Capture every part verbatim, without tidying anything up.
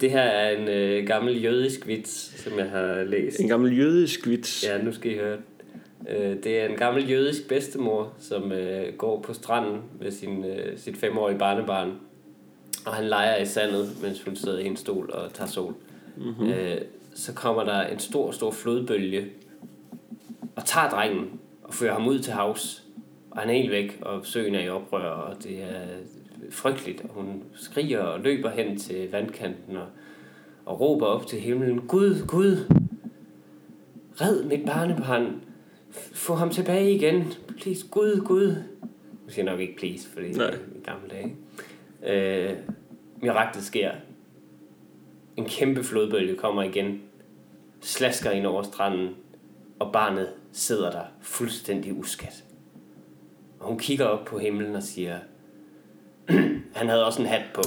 Det her er en øh, gammel jødisk vits, som jeg har læst. En gammel jødisk vits? Ja, nu skal I høre. Øh, det er en gammel jødisk bedstemor, som øh, går på stranden med sin, øh, sit femårige barnebarn. Og han leger i sandet, mens hun sidder i en stol og tager sol. Mm-hmm. Øh, så kommer der en stor, stor flodbølge og tager drengen og fører ham ud til havs. Og han er helt væk, og søen er i oprør, og det er frygteligt. Og hun skriger og løber hen til vandkanten og, og råber op til himlen: Gud, Gud, red mit barnebarn. Få ham tilbage igen. Please, Gud, Gud. Nu siger jeg nok ikke please, fordi det er i gamle dage. Øh, miraklet sker. En kæmpe flodbølge kommer igen, slasker ind over stranden, og barnet sidder der fuldstændig uskat. Og hun kigger op på himlen og siger: han havde også en hat på.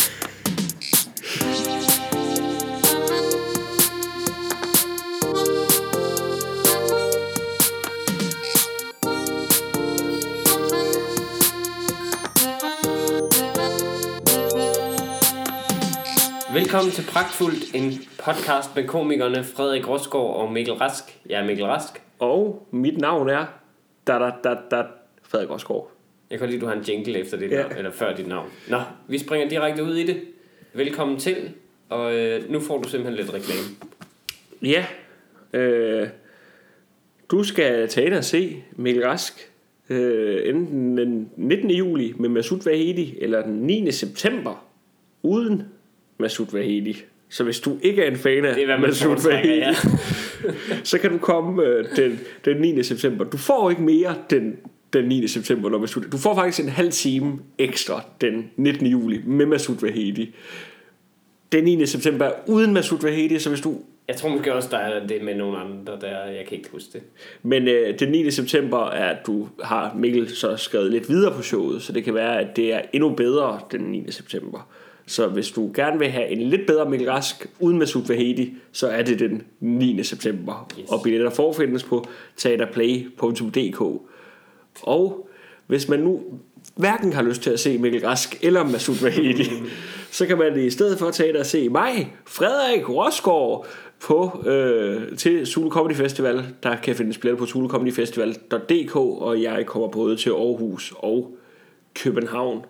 Velkommen til Pragtfuldt, en podcast med komikerne Frederik Rosgaard og Mikkel Rask. Jeg er Mikkel Rask. Og mit navn er da, da, da, da, Frederik Rosgaard. Jeg kan lide, du har en jingle efter dit ja. navn, eller før dit navn. Nå, vi springer direkte ud i det. Velkommen til, og øh, nu får du simpelthen lidt reklame. Ja, øh, du skal tage ind og se Mikkel Rask øh, enten den nittende juli med Masoud Vahedi, eller den niende september uden Masoud Vahedi. Så hvis du ikke er en fan af Masoud Vahedi, ja. så kan du komme øh, den, den niende september. Du får ikke mere den, den niende september, når Masoud. Du får faktisk en halv time ekstra den nittende juli med Masoud Vahedi. Den niende september er uden Masoud Vahedi, så hvis du... Jeg tror måske også, der er det med nogle andre, der jeg kan ikke huske det. Men øh, den niende september er, at du har Mikkel så skrevet lidt videre på showet, så det kan være, at det er endnu bedre den niende september. Så hvis du gerne vil have en lidt bedre Mikkel Rask uden Masoud Vahedi, så er det den niende september. Yes. Og billetter forfindes på teaterplay punktum d k. Og hvis man nu hverken har lyst til at se Mikkel Rask eller Masoud Vahedi, så kan man i stedet for tage og se mig, Frederik Rosgaard, på, øh, til Zulu Comedy Festival. Der kan findes billetter på zulu comedy festival punktum d k, og jeg kommer både til Aarhus og København.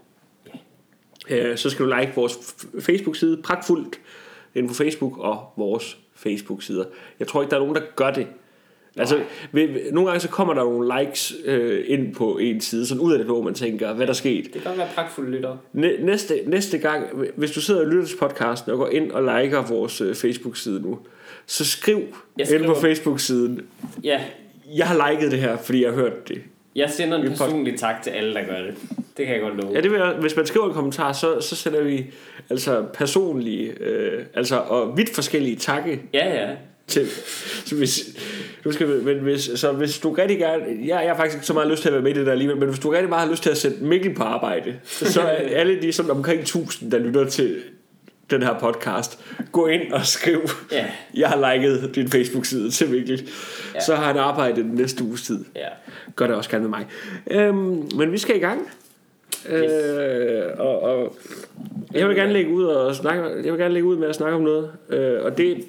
Så skal du like vores Facebook-side Pragtfuldt inde på Facebook og vores Facebook-sider. Jeg tror ikke der er nogen der gør det. Altså ved, nogle gange så kommer der nogle likes øh, ind på en side, sådan ud af det, hvor man tænker, hvad der skete. Det kan være pragtfuldt lytter. Næ- næste, næste gang, hvis du sidder og lytter til podcasten og går ind og liker vores øh, Facebook-side nu, så skriv ind på Facebook-siden: ja, jeg har liket det her, fordi jeg har hørt det. Jeg sender en personlig tak til alle, der gør det. Det kan jeg godt love. Ja, det vil jeg, hvis man skriver en kommentar, så, så sender vi altså personlige, øh, altså og vidt forskellige takke. Ja, ja. Til, så hvis du skal, men hvis, så hvis du rigtig gerne, jeg, jeg har faktisk ikke så meget lyst til at være med i det der alligevel, men hvis du rigtig meget har lyst til at sætte Mikkel på arbejde, så er alle de sådan omkring tusind, der lytter til den her podcast, gå ind og skriv: ja. Jeg har liket din Facebook-side til Mikkel. Ja. Så har han arbejdet den næste uges tid. Ja. Gør det også gerne med mig. Øhm, men vi skal i gang. Yes. Øh, og, og jeg vil gerne lægge ud og snakke. Jeg vil gerne lægge ud med at snakke om noget. Øh, og det,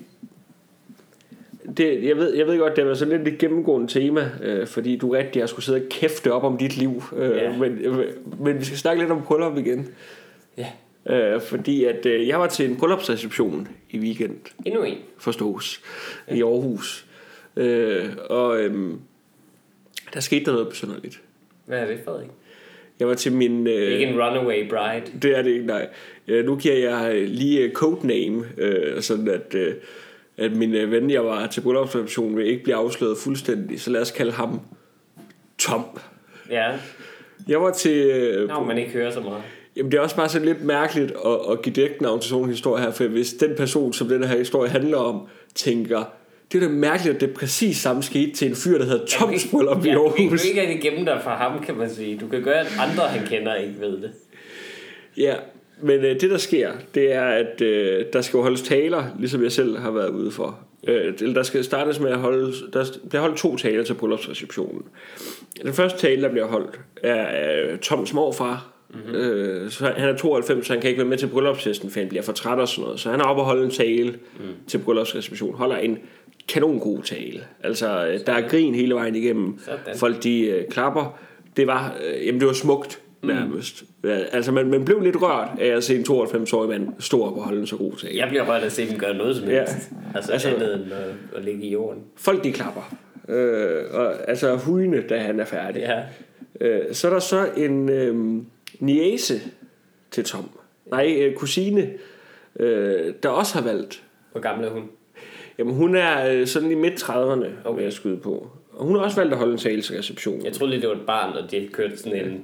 det, jeg ved, jeg ved godt, det har været sådan lidt et gennemgående tema, øh, fordi du rigtig har skulle sidde og kæfte op om dit liv. Øh, ja. men, øh, men vi skal snakke lidt om bryllup igen. Ja. Øh, fordi at øh, jeg var til en bryllupsreception i weekend. Endnu en. Forstås. Ja. I Aarhus. Øh, og øh, der skete der noget besynderligt. Hvad er det, Frederik? Jeg var til min... Øh, det er ikke en runaway bride. Det er det ikke, nej. Øh, nu giver jeg lige codename, øh, sådan at, øh, at min øh, ven, jeg var til bryllupsreceptionen, vil ikke blive afsløret fuldstændig. Så lad os kalde ham Tom. Ja. Jeg var til... Øh, Nå, man ikke hører så meget. Jamen det er også bare sådan lidt mærkeligt at, at give dæknavn til sådan en historie her, for hvis den person, som den her historie handler om, tænker, det er da mærkeligt, at det præcis samme skete til en fyr, der hedder Toms bryllup i Aarhus. Du kan ikke rigtig gemme dig fra ham, kan man sige. Du kan gøre, at andre, han kender, ikke ved det. Ja, men øh, det der sker, det er, at øh, der skal holdes taler, ligesom jeg selv har været ude for. Øh, der skal startes med at holde, der bliver holdt to taler til bryllupsreceptionen. Den første tale, der bliver holdt, er øh, Toms morfar, Mm-hmm. Øh, så han er tooghalvfems, så han kan ikke være med til bryllupsfesten, for han bliver for træt og sådan noget. Så han er oppe og holde en tale mm. til bryllupsreception. Holder en kanongod tale. Altså, øh, der er grin hele vejen igennem. Sådan. Folk, de øh, klapper. Det var, øh, jamen, det var smukt nærmest. Mm. Ja, altså, man, man blev lidt rørt af at se en tooghalvfems-årig mand stå op og holde en så god tale. Jeg bliver rørt af at se dem gøre noget som helst. Ja. Altså, altså andet end at, at ligge i jorden. Folk, de klapper. Øh, og, altså, hujende, da han er færdig. Ja. Øh, så er der så en øh, niece til Tom. Nej, øh, kusine, øh, der også har valgt. Hvor gammel er hun? Jamen, hun er øh, sådan i midt-trediverne, okay. Vil jeg skyde på. Og hun har også valgt at holde en tale til receptionen. Jeg troede lige, det var et barn, og de kørte sådan en...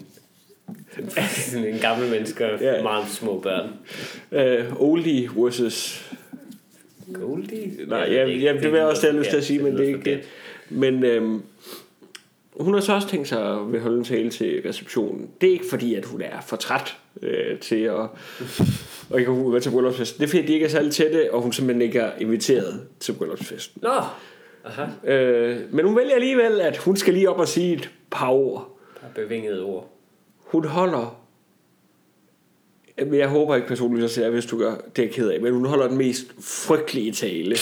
sådan en gammel menneske og ja. Meget små børn. Uh, oldie versus... Goldie? Nej, ja, ja, det vil jeg også have lyst til at sige, men det er ikke det. Men øhm, hun har så også tænkt sig at vil holde en tale til receptionen. Det er ikke fordi, at hun er for træt øh, til at og ikke kunne være til bryllupsfesten. Det er fordi, de ikke er særlig tætte, og hun simpelthen ikke er inviteret til bryllupsfesten. Nå, aha. Øh, men hun vælger alligevel, at hun skal lige op og sige et par ord. Et par bevingede ord. Hun holder... Men jeg håber ikke personligt, at jeg hvis du gør det er ked af, men hun holder den mest frygtelige tale.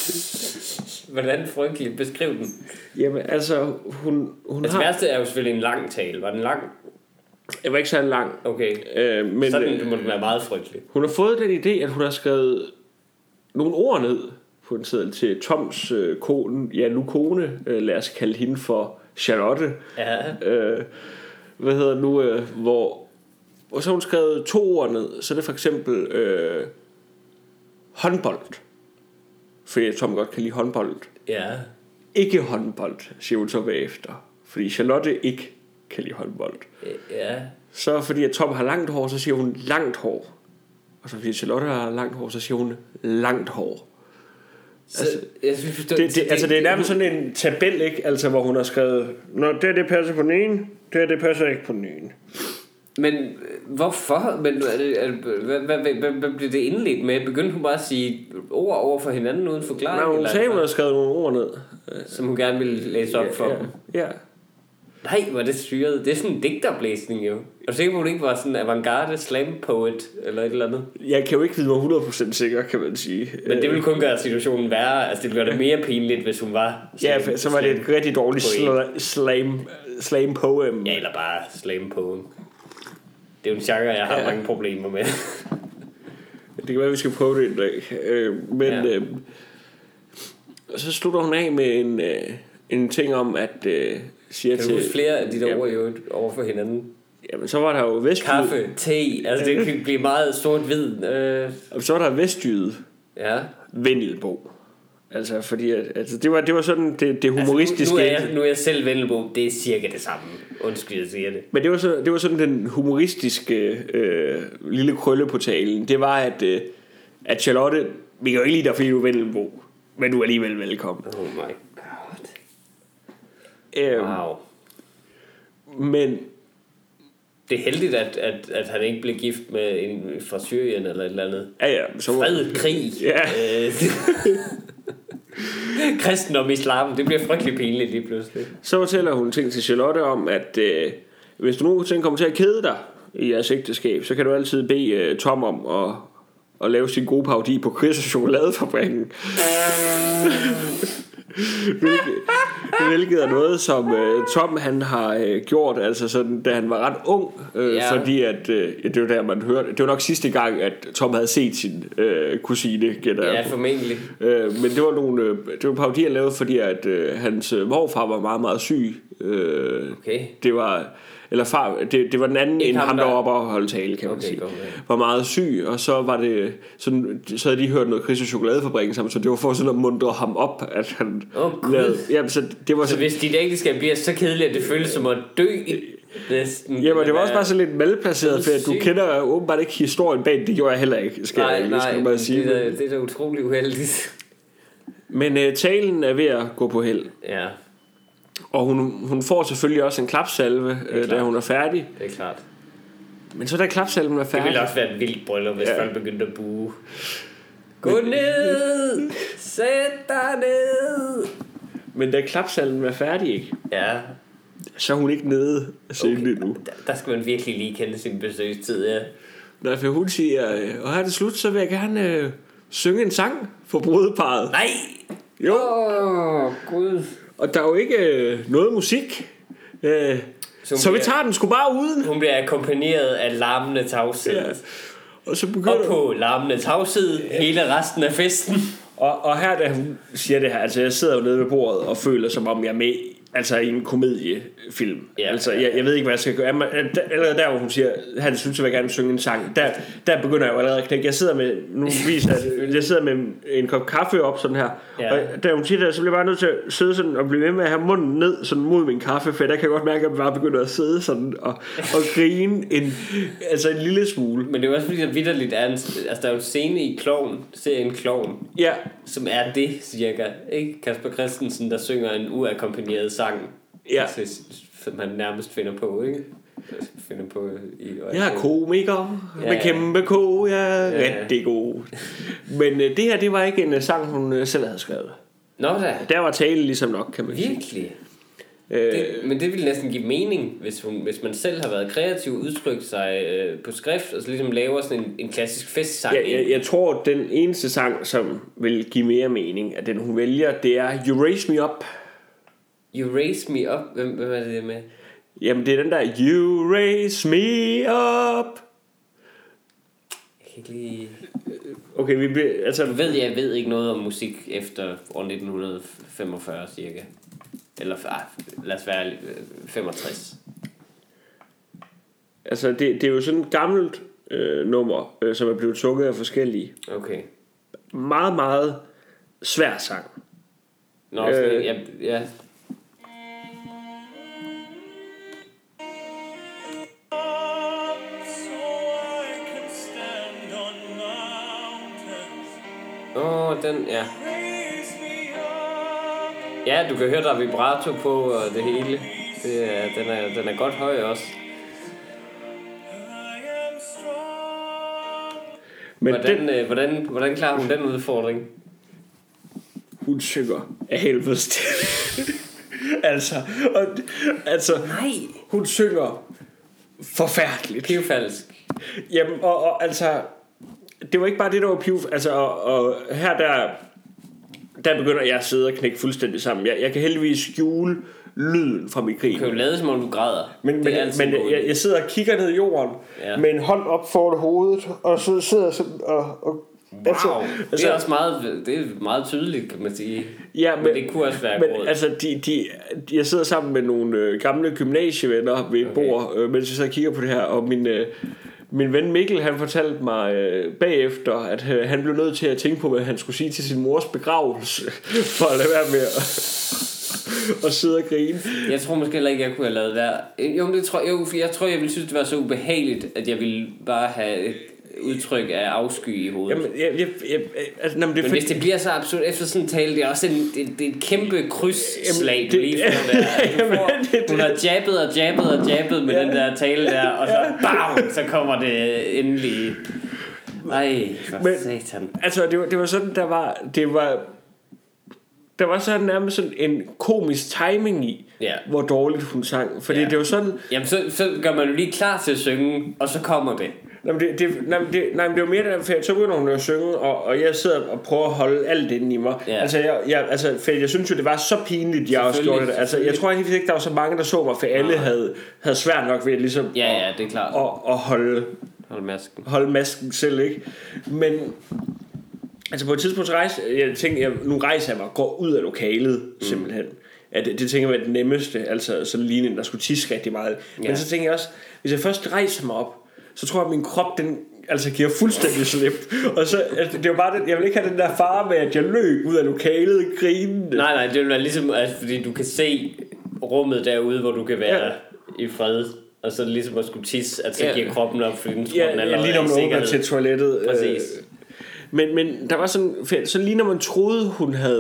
Hvordan frygtelig? Beskriv den. Jamen, altså, hun, hun altså, har... værste er jo selvfølgelig en lang tale. Var den lang? Det var ikke så lang. Okay. Øh, men, sådan må den være meget frygtelig. Hun har fået den idé, at hun har skrevet nogle ord ned på en seddel til Toms øh, kone, ja, nu kone, øh, lad os kalde hende for Charlotte. Ja. Øh, hvad hedder nu, øh, hvor... Og så har hun skrevet to ord ned. Så er det for eksempel øh, håndbold. Fordi Tom godt kan lide håndbold. Ja. Ikke håndbold, siger hun så bagefter. Fordi Charlotte ikke kan lide håndbold. Ja. Så fordi at Tom har langt hår, så siger hun langt hår. Og så fordi Charlotte har langt hår, så siger hun langt hår. Så, altså, jeg synes, det, det, det, altså det er nærmest sådan en tabel, ikke? Altså hvor hun har skrevet, når det det passer på den ene, det det passer ikke på den ene. Men hvorfor? Men, er det, er, hvad, hvad, hvad, hvad blev det indledt med? Begyndte hun bare at sige ord over for hinanden uden forklaring? Nej, hun sagde, hun havde skrevet nogle ord ned. Som hun gerne ville læse op ja, for ja, dem. Ja. Nej, hvor er det syret. Det er sådan en digterblæsning jo. Og så hun ikke var sådan en avantgarde slam poet eller et eller andet. Jeg kan jo ikke vide mig hundrede procent sikker, kan man sige. Men det ville kun gøre situationen værre. Altså det ville gøre det mere pinligt, hvis hun var slam, ja, så var det et rigtig dårligt sl- slam, slam poem. Ja, eller bare slam poem. Det er jo en genre, jeg har ja. mange problemer med. Det kan være, at vi skal prøve det en dag. Øh, men ja. øh, så slutter hun af med en, øh, en ting om, at øh, siger kan du huske flere af de der ord jo over for hinanden? Jamen, så var der jo vestjyde. Kaffe, te, altså det kan blive meget sort-hvid. Øh. Og så var der vestjyde. Ja. Vendelbo. Altså, fordi at, altså, det, var, det var sådan det, det humoristiske. Altså, nu, nu, er jeg, nu er jeg selv Vendelbo, det er cirka det samme. Undskyld, jeg siger det. Men det var, så, det var sådan den humoristiske øh, lille krølle på talen. Det var, at, øh, at Charlotte, vi kan jo ikke lide dig, fordi du er Vendelbo, men du er alligevel velkommen. Oh my god. Øhm, wow. Men... Det er heldigt, at, at, at han ikke blev gift med en fra Syrien eller et eller andet. Ja, ja. Så var... Fred, krig. Ja. Kristen om islam. Det bliver frygtelig pinligt lige pludselig. Så fortæller hun ting til Charlotte om, at øh, hvis du nogensinde kommer til at kede dig i jeres ægteskab, så kan du altid bede øh, Tom om at, at lave sin gode parodi på Chris og chokoladefabrikken. hvilket, hvilket er noget som øh, Tom han har øh, gjort, altså sådan, da han var ret ung, øh, ja. Fordi at øh, det var der man hørte, det var nok sidste gang at Tom havde set sin øh, kusine, gætter jeg på. Ja, formentlig. øh, men det var nogle øh, det var parodier lavet, fordi at øh, hans øh, morfar var meget meget syg. øh, okay. Det var eller far, det, det var den anden end ham, der var oppe og holde tale, kan man okay, sige. Okay. Var meget syg, og så var det sådan, så havde de hørt noget Chris og chokoladefabrikken sammen, så det var for sådan at mundre ham op, at han oh, lavede. Jamen, så det var så sådan, hvis dit ægteskab bliver så kedeligt, at det føles som at dø næsten. Jamen, det var også bare så lidt malplaceret, for du kender åbenbart ikke historien bag, det gjorde jeg heller ikke, skal nej, jeg, nej, skal bare sige. Det er, det er da utroligt uheldigt. Men uh, talen er ved at gå på held. Ja. Og hun, hun får selvfølgelig også en klapsalve, øh, da hun er færdig. Det er klart. Men så da klapsalven er færdig... Det ville også være et vildt bryllup, hvis ja. folk begyndte at buge. Gå ned! Sæt dig ned! Men da klapsalven er færdig, ikke? Ja. så er hun ikke nede af scenen okay. endnu. Der, der skal man virkelig lige kende sin besøgstid, ja. Nej, for hun siger, og her er det slut, så vil jeg gerne øh, synge en sang for brudeparret. Nej! Jo. Åh, oh, Gud. Og der er jo ikke øh, noget musik. Øh, så, så vi tager den sgu bare uden. Hun bliver akkompagneret af larmende tavshed. Ja. Og så begynder og på larmende tavshed ja. hele resten af festen. Og, og her da hun siger det her, altså jeg sidder jo nede ved bordet og føler som om jeg er med altså i en komediefilm. Ja, altså jeg, jeg ved ikke hvad jeg skal gøre. Allerede der hvor hun siger, han synes jeg vil gerne synge en sang. Der, der begynder jeg jo allerede at knække. Jeg sidder med nu viser jeg, jeg sidder med en kop kaffe op sådan her. Ja. Og da hun siger det, så bliver jeg bare nødt til at sidde sådan og blive ved med at have munden ned sådan mod min kaffe, for der kan jeg godt mærke at jeg bare begynder at sidde sådan og, og grine en altså en lille smule. Men det er jo også fordi der vitterligt er en, altså der er jo en scene i Klovn, serien Klovn. Ja. Som er det cirka, ikke? Kasper Christensen der synger en uakkompagneret sang. Ja. Altså, som han nærmest finder på, ikke? Finder på i. Jeg er komiker ja, med kæmpe ko, jeg er ja. rigtig god. Men uh, det her, det var ikke en uh, sang hun uh, selv havde skrevet. Nå da. Der var tale ligesom nok, kan man sige. Virkelig. Det, men det ville næsten give mening, hvis, hun, hvis man selv har været kreativ, udtrykt sig øh, på skrift, og så ligesom laver sådan en, en klassisk festsang. Ja, jeg, jeg tror, at den eneste sang, som vil give mere mening, at den hun vælger, det er You Raise Me Up. You Raise Me Up? Hvem, hvem er det med? Jamen det er den der You Raise Me Up. Jeg kan ikke lige... Okay, vi be, altså... Du ved, jeg ved ikke noget om musik efter år nitten femogfyrre cirka. Eller ah, lad os være femogtres. Altså det, det er jo sådan et gammelt øh, nummer øh, som er blevet sunget af forskellige. Okay. Meget meget svær sang. Nå, øh, ja, ja. Åh, oh, den, ja. Ja, du kan høre, der er vibrato på og det hele. Det er, den, er, den er godt høj også. Men hvordan, den, øh, hvordan, hvordan klarer hun den udfordring? Hun synger af helvedes til. altså, og, altså, Nej. Hun synger forfærdeligt. Pivfalsk. Jamen, og, og altså, det var ikke bare det, der var piv. Altså, og, og her der... Der begynder jeg at sidde og knække fuldstændig sammen. Jeg, jeg kan heldigvis skjule lyden fra mit grin. Du kan jo lade som om du græder. Men, men, men jeg, jeg sidder og kigger ned i jorden ja. med en hånd op foran hovedet, og så sidder jeg sådan og... og wow, altså, det er også meget, det er meget tydeligt, kan man sige. Ja, men, men det kunne også være men, altså, de, de, jeg sidder sammen med nogle øh, gamle gymnasievenner ved et okay. bord, øh, mens jeg så kigger på det her, og min... Øh, Min ven Mikkel, han fortalte mig øh, bagefter, at øh, han blev nødt til at tænke på, hvad han skulle sige til sin mors begravelse, for at lade være med at, at sidde og grine. Jeg tror måske heller ikke, jeg kunne have lavet være. Jo, det tror, jo, for jeg tror, jeg ville synes, det var så ubehageligt, at jeg ville bare have et udtryk af afsky i hovedet. Jamen, jeg, jeg, jeg, altså, jamen, det men for... hvis det bliver så absurd efter sådan en tale, det er også en, det, det er et kæmpe krydsslag, du lige får der. Altså, får, det, det, hun har jabbet og jabbet og jabbet med ja. den der tale der, og så bam, så kommer det endelig. Ej, for men, satan. Altså, det var, det var sådan, der var, det var, der var sådan nærmest sådan en komisk timing i, ja. hvor dårligt hun sang. Fordi ja. det var sådan... Jamen, så, så gør man jo lige klar til at synge, og så kommer det. Nej, men det, det, nej, men det, nej, men det var mere der, for så begynder hun at synge, og, og jeg sidder og prøver at holde alt inde i mig. Ja. Altså, jeg, jeg, altså, for jeg synes jo, det var så pinligt, jeg også gjorde det. Altså, jeg tror ikke, der var så mange, der så mig, for alle havde, havde svært nok ved at, ligesom, ja, ja, det er klart. At, at holde, holde masken. holde masken selv, ikke? Men altså på et tidspunkt rejse, jeg tænkte, jeg, nu rejser jeg mig og går ud af lokalet, mm. simpelthen. Ja, det, det tænker jeg var det nemmeste, altså sådan lignende, der skulle tisse rigtig meget. Ja. Men så tænker jeg også, hvis jeg først rejser mig op, så tror jeg, at min krop, den altså giver fuldstændig slip. Og så, altså, det var bare det, jeg vil ikke have den der fare med, at jeg løb ud af lokalet grinende. Nej, nej, det vil være ligesom, altså, fordi du kan se rummet derude, hvor du kan være ja. i fred. Og så ligesom at skulle tisse, at så ja. giver kroppen op, fordi den tror, ja, den allerede lige når man åbner til toilettet. Præcis. Øh, men, men der var sådan, så lige når man troede, hun havde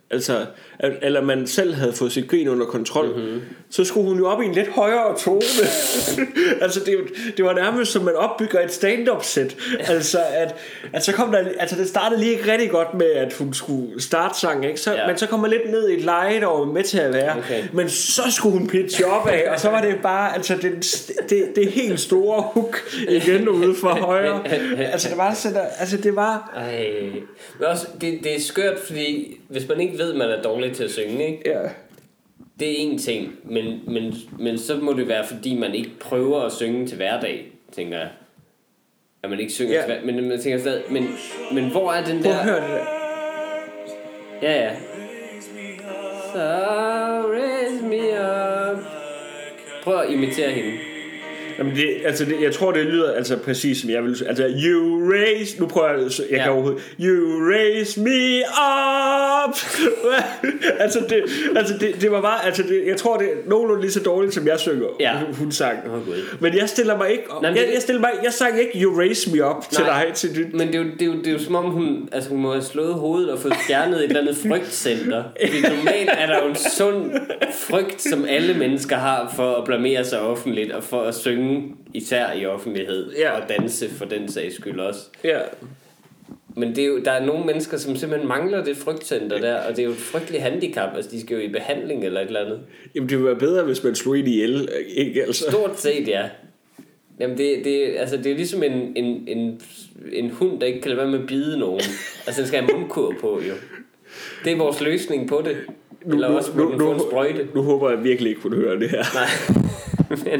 Altså, eller man selv havde fået sit grin under kontrol, mm-hmm. så skulle hun jo op i en lidt højere tone. Altså det, det var nærmest som man opbygger et stand-up set. Altså at, at så kom der, altså det startede lige ikke rigtig godt med at hun skulle starte sang, ikke? Så, ja. Men så kom man lidt ned i et leje der var med til at være, okay. Men så skulle hun pitche op af, og så var det bare altså det, det, det helt store hook igen ude for højre. Altså det var sådan der, altså det var Ej. Men også, det, det er skørt, fordi hvis man ikke ved, man er dårlig til at synge, ikke? Ja. Det er en ting, men, men, men så må det være, fordi man ikke prøver at synge til hverdag, tænker jeg. At man ikke synger ja. til hverdag, men man tænker stadig, men, men hvor er den der... Prøv at høre det der. Ja, ja. So raise me up. Prøv at imitere hende. Jamen det, altså det, jeg tror det lyder altså præcis som jeg vil. Altså you raise, nu prøver jeg, jeg ja. kan overhovedet. You raise me up. altså det, altså det, det var bare, altså det, jeg tror det er nogenlunde lige så dårligt som jeg synger. Ja. Hun, hun sang. Oh, men jeg stiller mig ikke, Nej, jeg, det, jeg stiller mig, jeg sang ikke you raise me up til dig til dit. Men det er jo, det er jo, det er jo som om hun, altså hun må have slået hovedet og fået fjernet et eller andet frygtcenter. Fordi normalt er der jo en sund frygt, som alle mennesker har for at blamere sig offentligt og for at synge især i offentlighed ja. Og danse for den sags skyld også. Ja. Men det er jo, der er nogle mennesker, som simpelthen mangler det frygtcenter der, og det er jo et frygteligt handicap. Altså de skal jo i behandling eller et eller andet. Jamen det ville være bedre, hvis man slog ind i el, ikke altså? Stort set, ja. Jamen det, det, altså, det er ligesom en, en, en, en hund, der ikke kan lade være med at bide nogen. Altså den skal have mundkur på jo. Det er vores løsning på det. Eller nu, også må nu, få en sprøjte. Nu håber jeg virkelig ikke, kunne høre det her. Nej, men...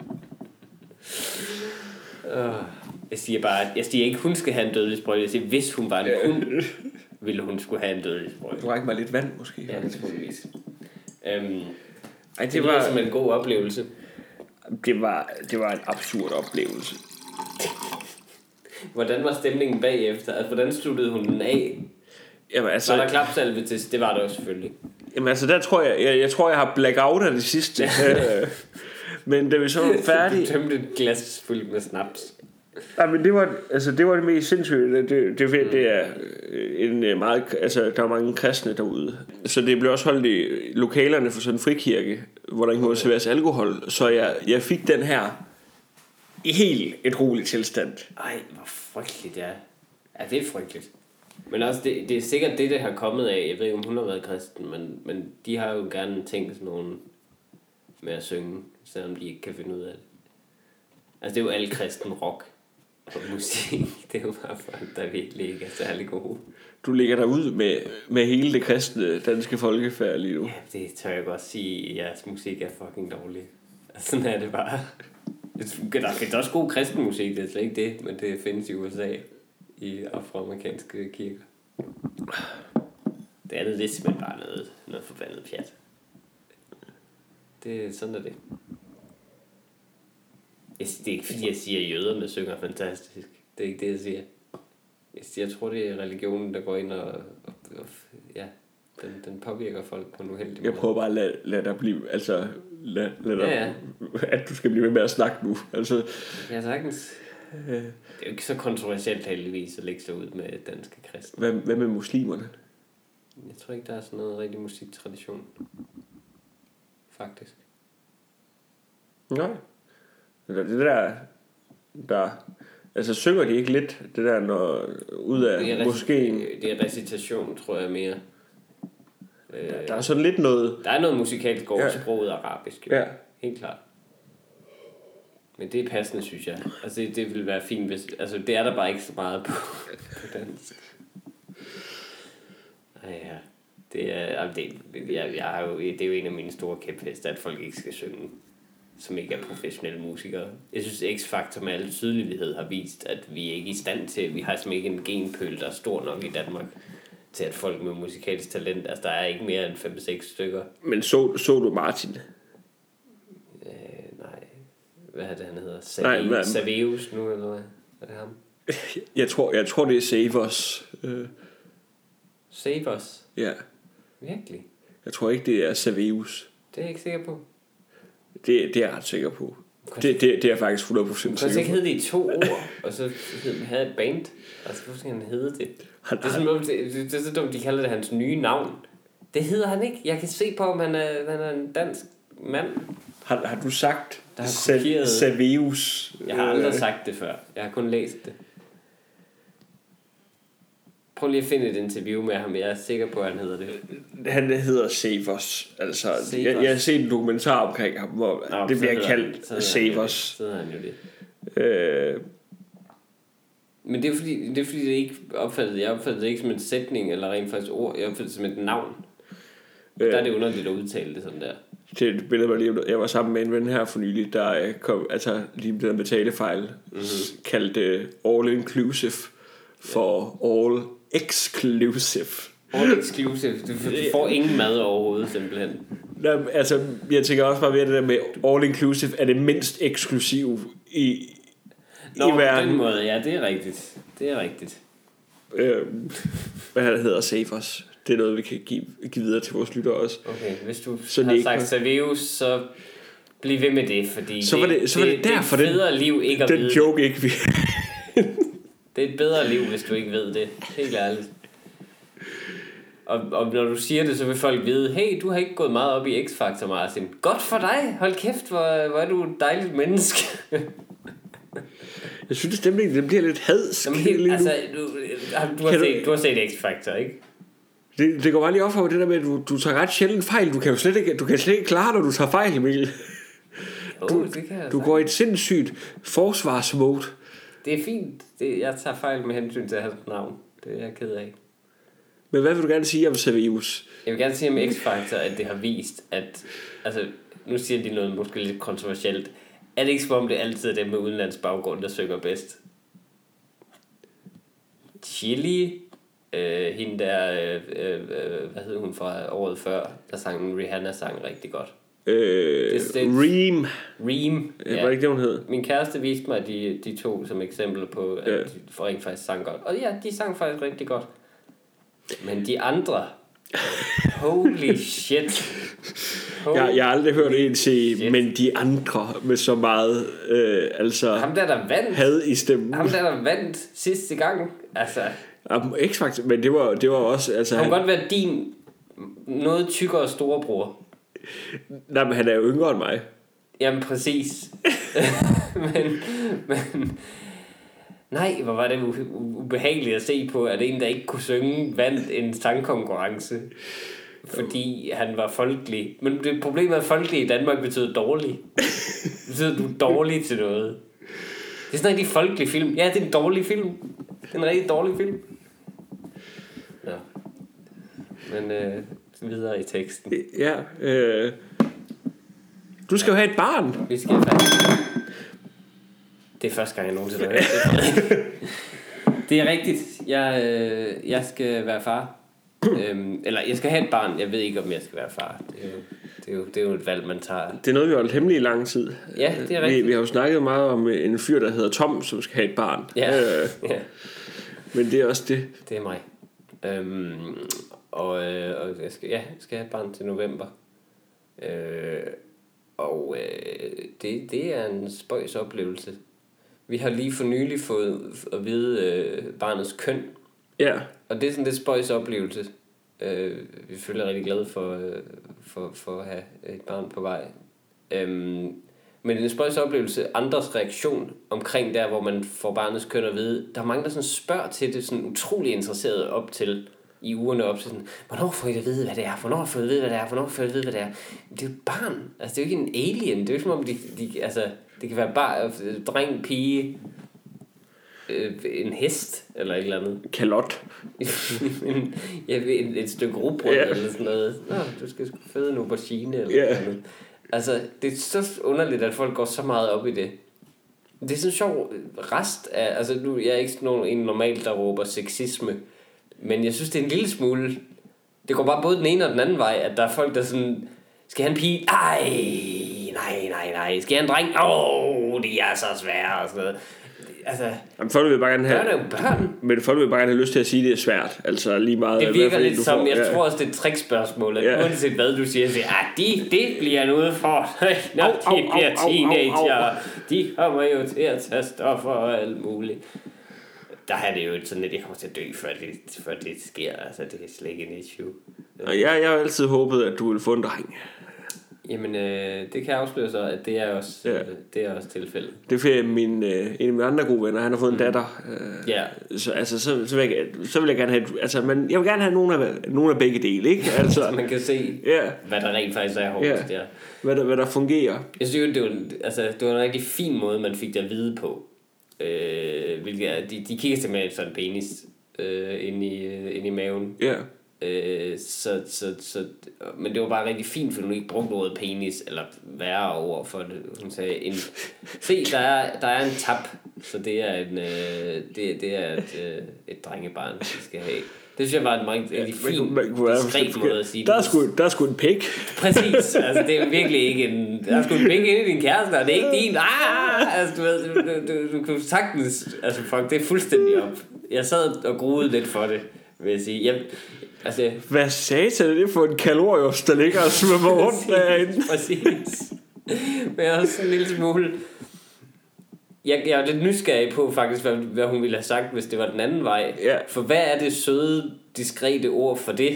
Uh, jeg siger bare, jeg siger ikke, hun skal have en dødelig sprøjte. Jeg siger, hvis hun var en hund, ville hun skulle have en dødelig sprøjte. Du drak mig lidt vand, måske. Ja, naturligvis. Um, Ej, det, det var som en god oplevelse. Det var, det var en absurd oplevelse. Hvordan var stemningen bagefter? Altså, hvordan sluttede hun den af? Jamen, altså, var der klapsalve til? Det var der også selvfølgelig. Jamen altså, der tror jeg, jeg, jeg tror jeg har blackout af det sidste. Men da vi så var færdige... Du tømte et glas fyldt med snaps. Nej, men det var, altså, det var det mest sindssyge. Det, det, det, mm. det er en meget... Altså, der er mange kristne derude. Så det blev også holdt i lokalerne for sådan en frikirke, hvor der ikke må serveres alkohol. Så jeg, jeg fik den her i helt et roligt tilstand. Ej, hvor frygteligt det er. Ja, det er frygteligt. Men også, det, det er sikkert det, det har kommet af. Jeg ved ikke, om hun har været kristen, men, men de har jo gerne tænkt sådan nogen med at synge, selvom de ikke kan finde ud af det. Altså, det er jo al kristen rock og musik. Det er jo bare folk, der virkelig ikke er særlig gode. Du ligger der ud med, med hele det kristne danske folkefærd lige nu. Ja, det tør jeg godt sige. Jeres musik er fucking dårlig. Altså, sådan er det bare. Der findes også god kristen musik, det er slet ikke det, men det findes i U S A. I afroamerikanske kirker. Det andet, det er simpelthen bare noget, noget forbandet pjat. Det, sådan er det. Jeg, det er ikke fordi, jeg siger, at jøderne synger fantastisk. Det er ikke det, jeg siger. Jeg, siger, jeg tror, det er religionen, der går ind og... og, og ja, den, den påvirker folk på en uheldig måde. Jeg prøver bare at lade, lade dig blive... Altså, lad, lad dig, ja, ja. At du skal blive ved med at snakke nu. Altså, ja, sagtens. Det er jo ikke så kontroversielt heldigvis at lægge sig ud med danske kristne. Hvad, hvad med muslimerne? Jeg tror ikke, der er sådan noget rigtig musiktradition. Faktisk. Nej. Det der, der... Altså synger de ikke lidt, det der, når ud af det moskeen? Det er recitation, tror jeg mere. Der, der er sådan lidt noget... Der er noget musikalsk over ja. Sproget arabisk. Jo. Ja. Helt klart. Men det er passende, synes jeg. Altså det, det ville være fint, hvis... Altså det er der bare ikke så meget på, på dansk. Ej, ja. Det er, det, jeg, jeg har jo, det er jo en af mine store kæphester, at folk ikke skal synge, som ikke er professionelle musikere. Jeg synes, X-Factor med al tydelighed har vist, at vi ikke er i stand til... Vi har simpelthen ikke en genpøl, der er stor nok i Danmark, til at folk med musikalsk talent... Altså, der er ikke mere end fem seks stykker. Men så, så du Martin? Øh, nej. Hvad er det, han hedder? Save, nej, Saveus nu, eller hvad? Er det ham? Jeg tror, jeg tror det er Save Us. Uh... Save Us? Ja. Virkelig? Jeg tror ikke, det er Saveus. Det er jeg ikke sikker på. Det, det er jeg ret sikker på. Det, det, det er jeg faktisk hundrede procent sikker på. Kan ikke hedde det i to ord, og så havde et band? Altså, hvorfor skal han hedde det? Det er, sådan, det, det, det er så dumt, de kalder det hans nye navn. Det hedder han ikke. Jeg kan se på, om han er, han er en dansk mand. Har, har du sagt Der har kopieret... Saveus? Jeg har aldrig sagt det før. Jeg har kun læst det. Prøv lige at finde et interview med ham. Jeg er sikker på, at han hedder det. Han hedder Savers. Altså, Savers. Jeg, jeg har set en dokumentar omkring ham, hvor Nå, det bliver kaldt Savers. Så hedder han jo det. Øh... Men det er fordi, det er fordi det ikke opfattede, jeg opfattede det ikke som en sætning eller rent faktisk ord. Jeg opfattede det som et navn. Øh... Der er det underligt at udtale det sådan der. Det er et billede, jeg lige jeg var sammen med en ven her for nylig, der kom, altså lige blevet med talefejl, mm-hmm. kaldte all inclusive for yeah. all exclusive. All exclusive. Du, du får ingen mad overhovedet simpelthen. Nå, altså, jeg tænker også bare ved det der med all inclusive er det mindst eksklusive i, Nå, i verden. På den måde, ja, det er rigtigt. Det er rigtigt. Øh, hvad det hedder, Savers. Det er noget, vi kan give, give videre til vores lyttere også. Okay, hvis du så har sagt Saveus, så bliv ved med det, fordi så var det, det, så var det, det, derfor, det er et bedre liv ikke at den vide. Den joke ikke vi. Det er et bedre liv, hvis du ikke ved det. Helt ærligt. Og, og når du siger det, så vil folk vide, hey, du har ikke gået meget op i X-Factor, Martin. Godt for dig. Hold kæft, hvor, hvor er du et dejligt menneske. Jeg synes, at stemningen den bliver lidt hadsk. Jamen, helt, altså, du, du, har set, du har set X-Factor, ikke? Det, det går bare lige op for det der med, at du, du tager ret sjældent fejl. Du kan jo slet ikke, du kan slet ikke klare, når du tager fejl, Emil. Du, oh, det kan jeg du går i et sindssygt forsvarsmode. Det er fint. Det, jeg tager fejl med hensyn til hans navn. Det er jeg ked af. Men hvad vil du gerne sige om Saveus? Jeg vil gerne sige om X-Factor, at det har vist, at... Altså, nu siger de noget måske lidt kontroversielt. Er det ikke som om, det altid er dem med udenlands baggrund, der synger bedst? Chili... Øh, hende der, øh, øh, hvad hed hun fra året før, der sang en Rihanna-sang rigtig godt. Øh, det, det, Reem. Reem, ja. Var det ikke det, hun hed? Min kæreste viste mig de, de to som eksempler på, at ja. de rent faktisk sang godt. Og ja, de sang faktisk rigtig godt. Men de andre, holy shit. Holy jeg, jeg har aldrig hørt en sige, shit. Men de andre med så meget, øh, altså... Ham der, der vandt. Had i stemmen. Ham der, der vandt sidste gang, altså... X-Factor, men det var, det var også... Altså, han kan godt være din noget tykkere storebror. Nej, men han er jo yngre end mig. Jamen, præcis. men, men... Nej, hvor var det ubehageligt at se på, at en, der ikke kunne synge, vandt en sangkonkurrence. Fordi han var folkelig. Men det problemet er, at folkelig i Danmark betyder dårlig. Det betyder, at du er dårlig til noget. Det er sådan en rigtig folkelig film. Ja, det er en dårlig film. Det er en rigtig dårlig film. Ja. Men øh, videre i teksten. Ja, øh... Du skal jo have et barn. Vi skal faktisk... Det er første gang, jeg nogensinde har hørt det. Det er rigtigt. Jeg, øh, jeg skal være far. øhm, eller jeg skal have et barn. Jeg ved ikke, om jeg skal være far. Det er jo, det er jo, det er jo et valg, man tager. Det er noget, vi har holdt hemmeligt i lang tid. Ja, det er rigtigt. Vi, vi har jo snakket meget om en fyr, der hedder Tom, som skal have et barn. Ja. Øh, ja. Men det er også det. Det er mig. Øhm, og øh, og jeg, skal, ja, jeg skal have et barn til november. Øh, og øh, det, det er en spøjs oplevelse. Vi har lige for nylig fået at vide øh, barnets køn. Ja. Og det er sådan lidt spøjs oplevelse. Øh, vi føler rigtig glade for, øh, for, for at have et barn på vej. Øhm, men en spøjs oplevelse, andres reaktion omkring der, hvor man får barnets køn at vide. Der er mange, der sådan spørger til det, sådan utrolig interesseret op til, i ugerne op til sådan, hvornår får I at vide, hvad det er? Hvornår får I at vide, hvad det er? Hvornår får I at vide, hvad det er? Det er jo et barn. Altså, det er jo ikke en alien. Det er jo ikke som om, de, de, altså, det kan være bare dreng, pige, øh, en hest, eller et eller andet. Kalot. en, ja, et, et stykke rugbrød, yeah. Eller sådan noget. Nå, du skal sgu føde en aubergine, eller yeah. Noget. Altså, det er så underligt, at folk går så meget op i det. Det er sådan en sjov rest af, altså nu, jeg er ikke nogen en normalt, der råber sexisme, men jeg synes, det er en lille smule, det går bare både den ene og den anden vej, at der er folk, der sådan, skal han pige? Ej, nej, nej, nej. Skal han dreng? Åh, oh, de er så svære, og sådan noget. Altså, jamen, folk vil bare gerne have, børn er jo børn. Men folk vil bare gerne have lyst til at sige, at det er svært. Altså lige meget. Det virker lidt som, får, jeg ja. tror også, det er et trickspørgsmål, at ja. Uanset hvad du siger, siger ah, de, det bliver en udfordring, når de au, bliver au, teenager. Au, au, au. De kommer jo til at tage stoffer og alt muligt. Der er det jo sådan, at jeg kommer til at dø, før det, før det sker. Altså, det er slet ikke en issue. Og jeg, jeg har altid håbet, at du ville få en dreng. Jamen, øh, det kan jeg afsløre så, at det er også, ja. øh, det er også tilfældet. Det er fordi min, øh, en af mine andre gode venner, han har fået en datter. Øh, ja. Så, altså, så, så, vil jeg, så vil jeg gerne have, altså, men jeg vil gerne have nogle af, nogle af begge dele, ikke? Altså, så man kan se, ja. hvad der rent faktisk er hårdt. Ja. Ja. Hvad, der, hvad der fungerer. Jeg synes det var, altså, det var en rigtig fin måde, man fik det at vide på. Øh, hvilket er, de, de kigger simpelthen efter en penis øh, inde, i, øh, inde i maven. Ja. Øh, så, så, så, men det var bare rigtig fint, for hun ikke brugte ordet penis eller værre ord for det. Hun sagde en, se, der er, der er en tap, så det er en øh, det, det er et, øh, et drengebarn, vi skal have. Det synes jeg var en meget ja, fin, diskret måde at sige der er det. Sgu, der er sgu en pik. Præcis, altså det er virkelig ikke en, der er sgu en pik inde i din kæreste, og det er ikke din. Ah, altså du ved, du, du, du, du kan sagtens, altså fuck, det er fuldstændig op. Jeg sad og gruede lidt for det, vil jeg sige. Jeg, altså, hvad satan er det for en kalorius, der ligger og svømmer rundt derinde? Præcis. Men jeg er også en lille smule... Jeg, jeg er lidt nysgerrig på faktisk, hvad, hvad hun ville have sagt, hvis det var den anden vej. Ja. For hvad er det søde, diskrete ord for det?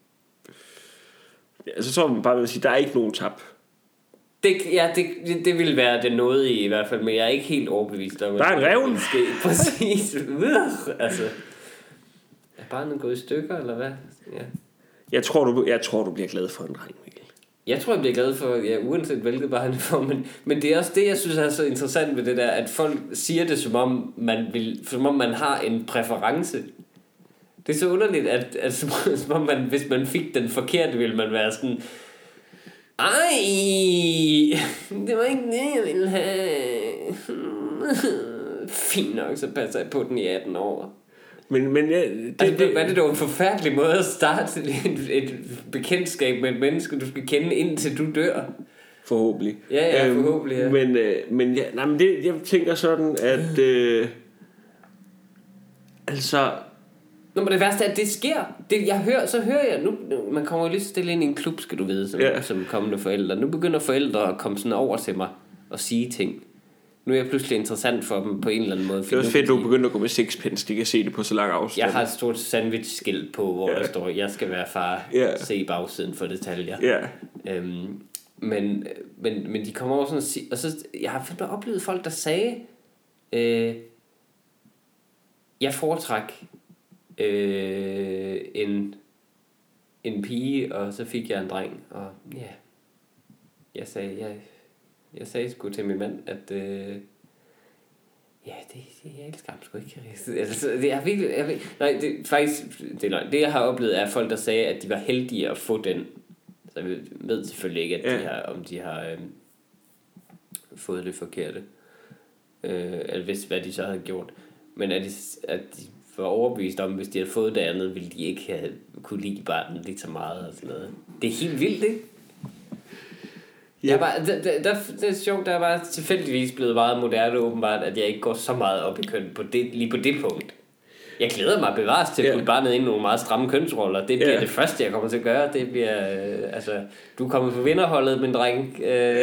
Ja, så tror man bare, at sige, der er ikke nogen tab. Det, ja, det, det, det ville være det noget i, i hvert fald, men jeg er ikke helt overbevist om, der er en revn. Præcis. Altså, er barnet gået i stykker, eller hvad? Ja. Jeg tror, du, jeg tror, du bliver glad for en dreng, Mikkel. Jeg tror, jeg bliver glad for, ja, uanset hvilket barn det får, men, men det er også det, jeg synes er så interessant ved det der, at folk siger det, som om man, vil, som om man har en præference. Det er så underligt, at, at som, som om man, hvis man fik den forkerte, ville man være sådan, ej, det var ikke det, jeg ville have. Fint nok, så passer jeg på den i atten år. Men, men ja, det, altså, det, hvad er det dog en forfærdelig måde at starte et, et bekendtskab med et menneske, du skal kende indtil du dør? Forhåbentlig. Ja, ja, forhåbentlig, ja. Øhm, men, øh, men, ja, nej, men det, jeg tænker sådan, at øh, altså... Nå, men det værste er, at det sker. Det, jeg hører, så hører jeg, nu, nu man kommer jo lidt stille ind i en klub, skal du vide, som, ja. som kommende forældre. Nu begynder forældre at komme sådan over til mig og sige ting. Nu er jeg pludselig interessant for dem på en eller anden måde. Det er også fedt, at du begynder at gå med sixpence. De kan se det på så lang afstand. Jeg har et stort sandwich-skilt på, hvor ja. der står, jeg skal være far, ja. Se bagsiden for detaljer. Ja. Øhm, men, men, men de kommer over sådan og siger, og så, jeg har fandme oplevet folk, der sagde, øh, jeg foretræk øh, en, en pige, og så fik jeg en dreng, og ja, jeg sagde, jeg... Jeg sagde sgu til min mand, at øh, ja, det, det jeg elsker ham sgu ikke. Altså, det er virkelig, jeg, nej, det faktisk det, er det jeg har oplevet er folk der sagde, at de var heldige at få den. Så jeg ved selvfølgelig ikke, at de har, om de har øh, fået det forkerte, øh, eller hvis hvad de så havde gjort, men at de, at de var overbevist om, hvis de havde fået det andet, ville de ikke have kunne lide barnet lige så meget og sådan noget. Det er helt vildt, ikke? Ja. Jeg bare, der, der, det er sjovt, der er bare tilfældigvis blevet meget moderne åbenbart, at jeg ikke går så meget op i køn på det, lige på det punkt. Jeg glæder mig bevares til at putte barnet ind i nogle meget stramme kønsroller. Det bliver yeah. det første, jeg kommer til at gøre. Det bliver, øh, altså, du er kommet på vinderholdet, min dreng. Øh,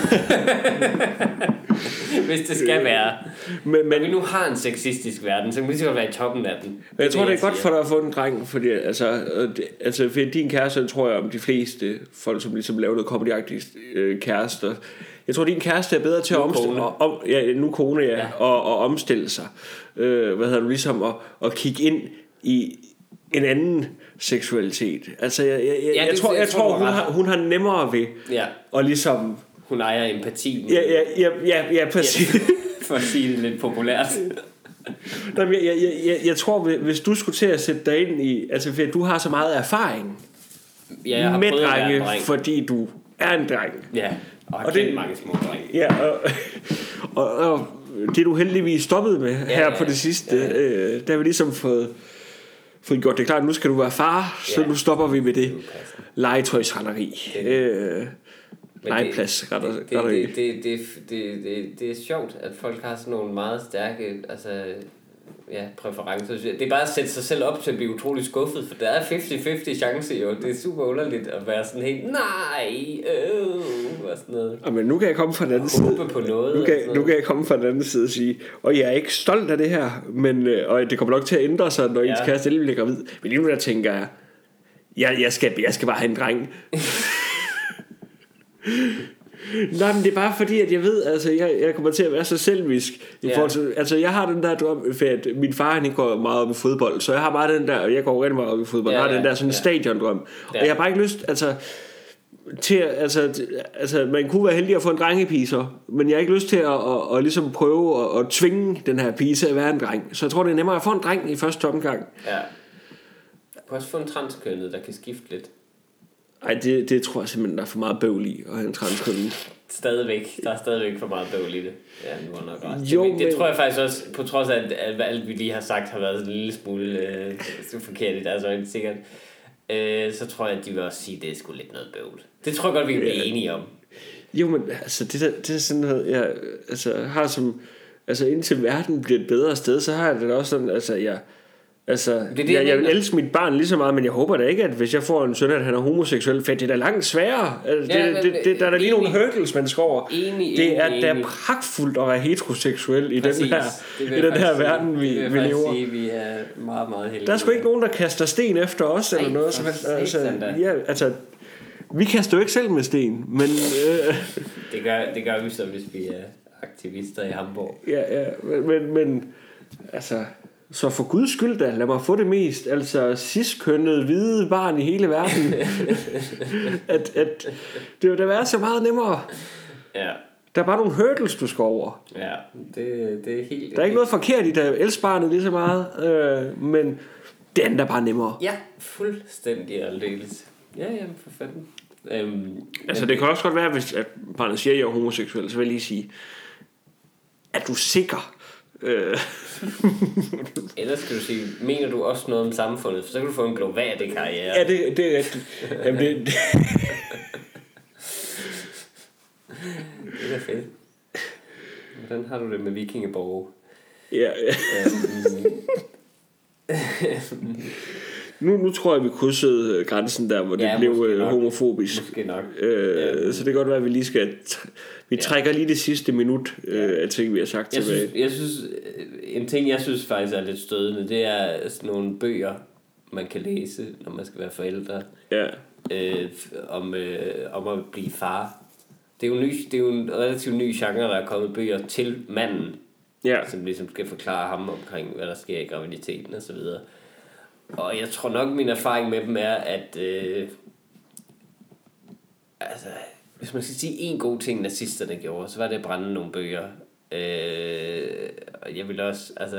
hvis det skal være. Men, men vi nu har en sexistisk verden, så kan vi lige så godt være i toppen af den. Men jeg tror, det, det er godt for dig at få en dreng, fordi altså, det, altså for din kæreste, tror jeg om de fleste folk, som ligesom laver noget comedy-agtigt øh, kærester. Jeg tror, din kæreste er bedre til nu at omstille og, om, ja, nu kone, ja, ja. Og, og omstille sig. Øh, hvad hedder det, ligesom at, at kigge ind i en anden seksualitet. Altså, jeg, jeg, jeg, ja, jeg, tror, jeg, jeg tror, hun har, hun har nemmere ved ja. Og ligesom... Hun ejer empati. Ja, ja, ja, ja, ja præcis. Ja, for at sige det lidt populært. Jeg, jeg, jeg, jeg, jeg tror, hvis du skulle til at sætte dig ind i... Altså, fordi du har så meget erfaring ja, jeg har med drenge, dreng. Fordi du er en dreng. Ja, og har og kendt det, mange små drenge. Ja, og, og, og det er du heldigvis stoppet med ja, her ja, på det sidste. Ja. Øh, der har vi ligesom fået, fået gjort det klart, nu skal du være far, ja. Så nu stopper vi med det legetøjsrenderi. Øh, legeplads. Det, det, det, det, det, det, det, det er sjovt, at folk har sådan nogle meget stærke altså, ja, præferencer. Det er bare at sætte sig selv op til at blive utrolig skuffet, for der er halvtreds halvtreds chance jo. Det er super underligt at være sådan helt, nej, øh, og sådan noget. Og men nu kan jeg komme fra den anden side. På noget, nu, kan, nu kan jeg komme fra den anden side og sige, og jeg er ikke stolt af det her, men, og det kommer nok til at ændre sig, når ja. Ens kæreste lige bliver gravid. Men lige nu der tænker jeg, Jeg, jeg, skal, jeg skal bare have en dreng. Nej, men det er bare fordi, at jeg ved, altså, jeg, jeg kommer til at være så selvisk. I Ja. forhold til, altså, jeg har den der drøm, for at min far, han går meget op i fodbold, så jeg har bare den der, og jeg går rigtig meget op i fodbold, Ja, jeg har ja, den der sådan en ja. stadiondrøm. Ja. Og jeg har bare ikke lyst, altså, til, altså, altså, man kunne være heldig at få en drengepige så, men jeg har ikke lyst til at, at, at ligesom prøve at, at tvinge den her pige til at være en dreng. Så jeg tror, det er nemmere at få en dreng i første omgang. Ja. Du kan også få en transkønnet, der kan skifte lidt. Ej, det, det tror jeg simpelthen, der er for meget bøvl i at have en transkønnet. Stadigvæk. Der er stadigvæk for meget bøvl i det. Ja, nu er nok også. Jo, det, det men... tror jeg faktisk også, på trods af, at alt vi lige har sagt, har været sådan en lille smule øh, forkert i deres øjne, sikkert. Øh, så tror jeg, at de vil også sige, at det er sgu lidt noget bøvl. Det tror jeg godt, vi kan blive enige om. Jo, men altså, det, der, det er sådan noget, jeg altså, har som... Altså, indtil verden bliver et bedre sted, så har jeg det også sådan, altså, jeg... Altså, det det, jeg, jeg jeg vil elske mit barn lige så meget, men jeg håber da ikke, at hvis jeg får en søn, at han er homoseksuel, for det er da langt sværere. Altså, Ja, det, men, det, det, der er der lige enig. nogle hurdles, man skal over. Enig, det er enig, da enig. pragtfuldt at være heteroseksuel i Præcis. den her, Det vil i den jeg her faktisk verden, vi, sige. vi lever. Det vil jeg sige, vi er meget, meget heldige. Der er sgu ikke nogen, der kaster sten efter os, Ej, eller noget. for Som, helst. satan altså, da. ja, altså, vi kaster jo ikke selv med sten, men... Øh, Det gør, det gør vi så, hvis vi er aktivister i Hamburg. ja, ja, men, men, men altså... Så for guds skyld da, lad mig få det mest, altså cis-kønnede hvide barn i hele verden. at, at det vil da være så meget nemmere. Ja, Der er bare nogle hurdles, du skal over. ja, det, det er helt... Der er ikke noget forkert i det, at elske barnet lige så meget, øh, men det andet er bare nemmere. Ja, fuldstændig aldeles. Ja, jamen for fanden. Øhm, Altså det kan også godt være, hvis at barnet siger, at jeg er homoseksuel, så vil jeg lige sige, er du sikker? Øh. Ellers skal du sige, mener du også noget om samfundet? For så kan du få en global karriere. Ja, det, det er rigtigt. Jamen, det, det. Det er fedt. Hvordan har du det med vikingeborg? Ja, ja. Øhm, Nu, nu tror jeg, vi krydsede grænsen der, hvor det Ja, blev måske øh, nok. homofobisk. Måske nok. Øh, Øhm. Så det kan godt være, at vi lige skal... T- vi Ja. trækker lige det sidste minut øh, af ting, vi har sagt Jeg tilbage. synes, jeg synes, en ting, jeg synes faktisk er lidt stødende, det er sådan nogle bøger, man kan læse, når man skal være forældre, Ja. øh, om, øh, om at blive far. Det er, jo ny, det er jo en relativt ny genre, der er kommet bøger til manden, Ja. som ligesom skal forklare ham omkring, hvad der sker i graviditeten og så videre. Og jeg tror nok, min erfaring med dem er, at øh, altså, hvis man skal sige en god ting, nazisterne gjorde, så var det at brænde nogle bøger. Øh, og jeg vil også, altså,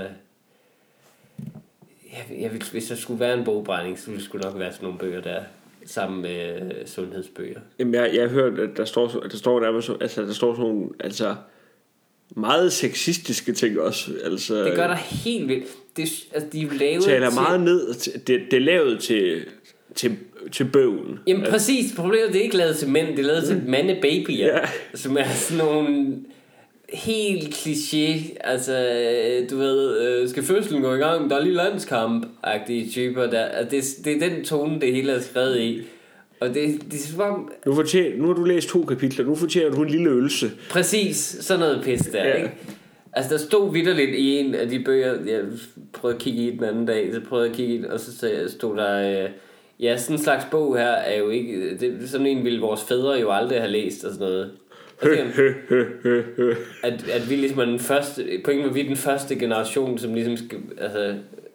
jeg, jeg vil, hvis der skulle være en bogbrænding, så ville det sgu nok være sådan nogle bøger der, sammen med øh, sundhedsbøger. Jamen, jeg, jeg har hørt, at der står, at der står nærmest, altså, der står sådan nogle, altså, meget sexistiske ting også. Altså, Det gør der helt vildt. Det, altså, de er lavet taler til... meget ned. Til, det, det er lavet til, til, til bøvlen. Jamen præcis, problemet er, det er ikke lavet til mænd, det er lavet til mandebabyer, Ja. som er sådan nogle helt kliché, altså du ved, øh, skal fødslen gå i gang, der er lige landskamp-agtige typer, der, altså, det, det er den tone, det hele er skrevet i, og det, det er som Nu, fortjener, nu har du læst to kapitler, nu fortjener du en lille ølse. præcis sådan noget pis der, Ja. ikke? Altså der stod vitterligt i en af de bøger, jeg prøvede at kigge i den anden dag, så prøvede jeg at kigge i den, og så stod der, øh, ja, sådan en slags bog her er jo ikke, det, sådan en ville vores fædre jo aldrig have læst og sådan noget. Og det, at, at vi ligesom er den første, pointen var, vi er den første generation, som ligesom skal, altså,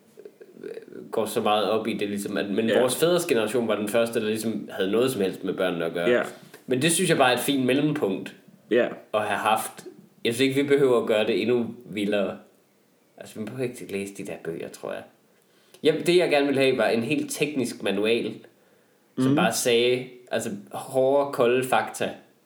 går så meget op i det, ligesom, at, men Ja. vores fædres generation var den første, der ligesom havde noget som helst med børnene at gøre. Ja. Men det synes jeg bare er et fint mellempunkt Ja. at have haft. Jeg synes ikke, vi behøver at gøre det endnu vildere. Altså, vi behøver ikke læse de der bøger, tror jeg. Jamen, det jeg gerne ville have, var en helt teknisk manual, som mm. bare sagde, altså, hårde, kolde fakta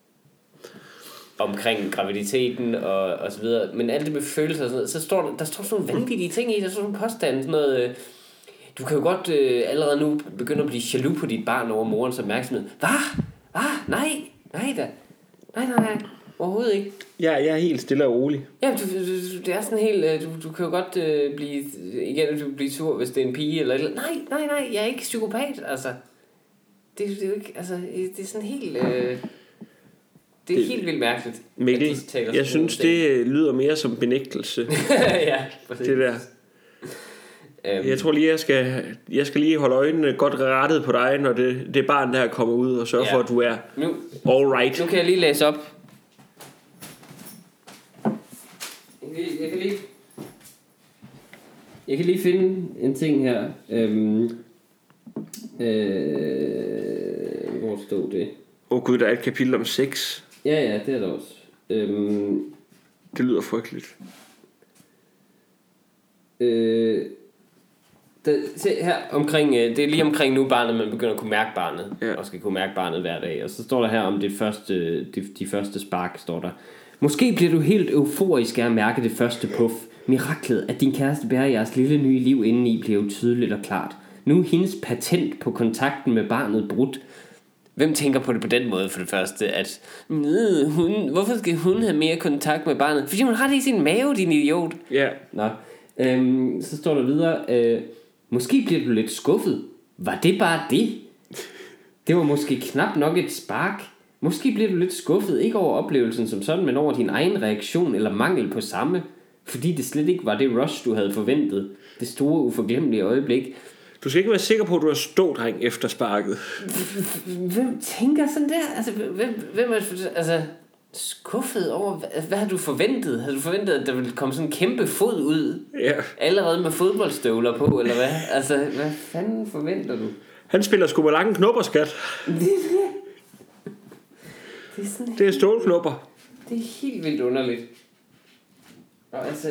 omkring graviditeten og, og så videre. Men alt det med følelser og sådan noget, så står der, der står sådan nogle vanvittige ting i, der står sådan en påstand, sådan noget, øh, du kan jo godt øh, allerede nu begynde at blive jaloux på dit barn over morens opmærksomhed. Hvad? Hvad? Nej, nej da. Nej, nej, nej. Overhovedet ikke. Ja, jeg er helt stille og rolig. Ja, du, du, det er sådan helt, øh, du, du kan jo godt øh, blive, igen, du kan blive sur, hvis det er en pige eller et eller andet. Nej, nej, nej, jeg er ikke psykopat, altså. Det, det er jo ikke, altså, det er sådan helt, øh, det er Det- helt vildt mærkeligt. Mikkel, at de taler jeg sådan synes, nogle det lyder mere som benægtelse. ting. Ja, præcis. Det der. Øhm, Jeg tror lige, jeg skal, jeg skal lige holde øjnene godt rettet på dig, når det, det barn der kommer ud, og sørge Ja. for, at du er nu, all right. nu kan jeg lige læse op. Jeg kan, lige- jeg kan lige... Jeg kan lige finde en ting her. Øhm, øh, hvor stod det? Åh oh, gud, der er et kapitel om sex. Ja, ja, det er der også. Øhm, Det lyder frygteligt. øh, der, se her omkring, øh, det er lige omkring nu barnet, man begynder at kunne mærke barnet, Ja. og skal kunne mærke barnet hver dag. Og så står der her om det første, de, de første spark, står der. Måske bliver du helt euforisk af at mærke det første puff. Miraklet, at din kæreste bærer jeres lille nye liv indeni, bliver jo tydeligt og klart. Nu er hendes patent på kontakten med barnet brudt. Hvem tænker på det på den måde for det første, at øh, hun, hvorfor skal hun have mere kontakt med barnet? Fordi hun har det i sin mave, din idiot. Ja. Nå, øhm, så står der videre, øh, måske bliver du lidt skuffet. Var det bare det? Det var måske knap nok et spark. Måske bliver du lidt skuffet, ikke over oplevelsen som sådan, men over din egen reaktion eller mangel på samme. Fordi det slet ikke var det rush, du havde forventet. Det store, uforglemmelige øjeblik. Du skal ikke være sikker på, at du er stådreng efter sparket. Hvem tænker sådan der? Altså, hvem, hvem er altså, skuffet over? Hvad, hvad har du forventet? Har du forventet, at der ville komme sådan en kæmpe fod ud? Ja. Allerede med fodboldstøvler på, eller hvad? Altså, hvad fanden forventer du? Han spiller sgu med lange knopper, skat. Det, det, det er sådan... Det er stålknopper. Det er helt vildt underligt. Og altså...